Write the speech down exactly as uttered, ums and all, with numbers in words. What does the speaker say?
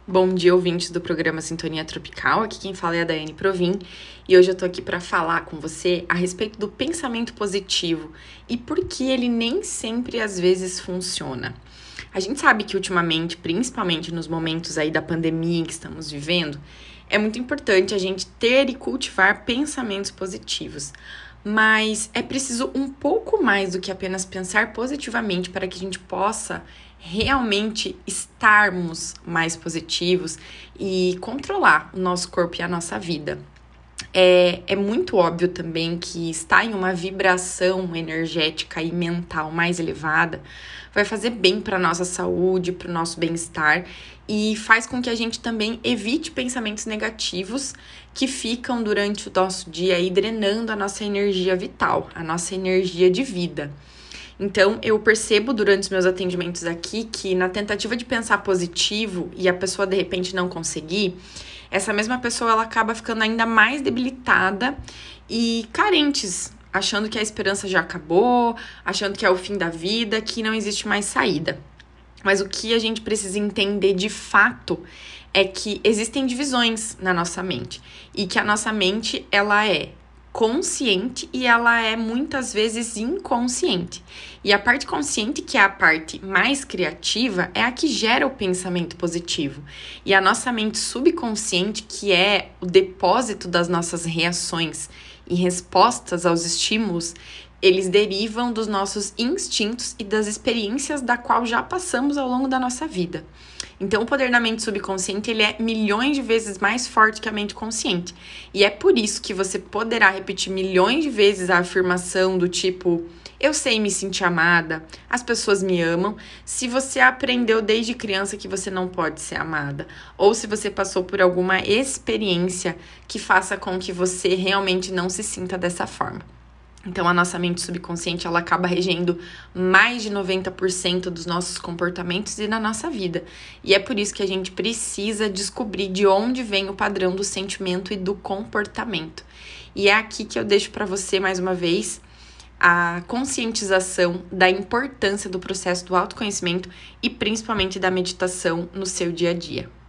Bom dia, ouvintes do programa Sintonia Tropical. Aqui quem fala é a Daiane Provin e hoje eu tô aqui para falar com você a respeito do pensamento positivo e por que ele nem sempre às vezes funciona. A gente sabe que ultimamente, principalmente nos momentos aí da pandemia que estamos vivendo, é muito importante a gente ter e cultivar pensamentos positivos. Mas é preciso um pouco mais do que apenas pensar positivamente para que a gente possa realmente estarmos mais positivos e controlar o nosso corpo e a nossa vida. É, é muito óbvio também que estar em uma vibração energética e mental mais elevada vai fazer bem para a nossa saúde, para o nosso bem-estar e faz com que a gente também evite pensamentos negativos que ficam durante o nosso dia aí drenando a nossa energia vital, a nossa energia de vida. Então, eu percebo durante os meus atendimentos aqui que na tentativa de pensar positivo e a pessoa de repente não conseguir, essa mesma pessoa ela acaba ficando ainda mais debilitada e carentes, achando que a esperança já acabou, achando que é o fim da vida, que não existe mais saída. Mas o que a gente precisa entender de fato é que existem divisões na nossa mente e que a nossa mente ela é consciente e ela é muitas vezes inconsciente. E a parte consciente, que é a parte mais criativa, é a que gera o pensamento positivo. E a nossa mente subconsciente, que é o depósito das nossas reações e respostas aos estímulos, eles derivam dos nossos instintos e das experiências da qual já passamos ao longo da nossa vida. Então, o poder da mente subconsciente ele é milhões de vezes mais forte que a mente consciente. E é por isso que você poderá repetir milhões de vezes a afirmação do tipo: eu sei me sentir amada, as pessoas me amam, se você aprendeu desde criança que você não pode ser amada, ou se você passou por alguma experiência que faça com que você realmente não se sinta dessa forma. Então, a nossa mente subconsciente, ela acaba regendo mais de noventa por cento dos nossos comportamentos e da nossa vida. E é por isso que a gente precisa descobrir de onde vem o padrão do sentimento e do comportamento. E é aqui que eu deixo para você, mais uma vez, a conscientização da importância do processo do autoconhecimento e principalmente da meditação no seu dia a dia.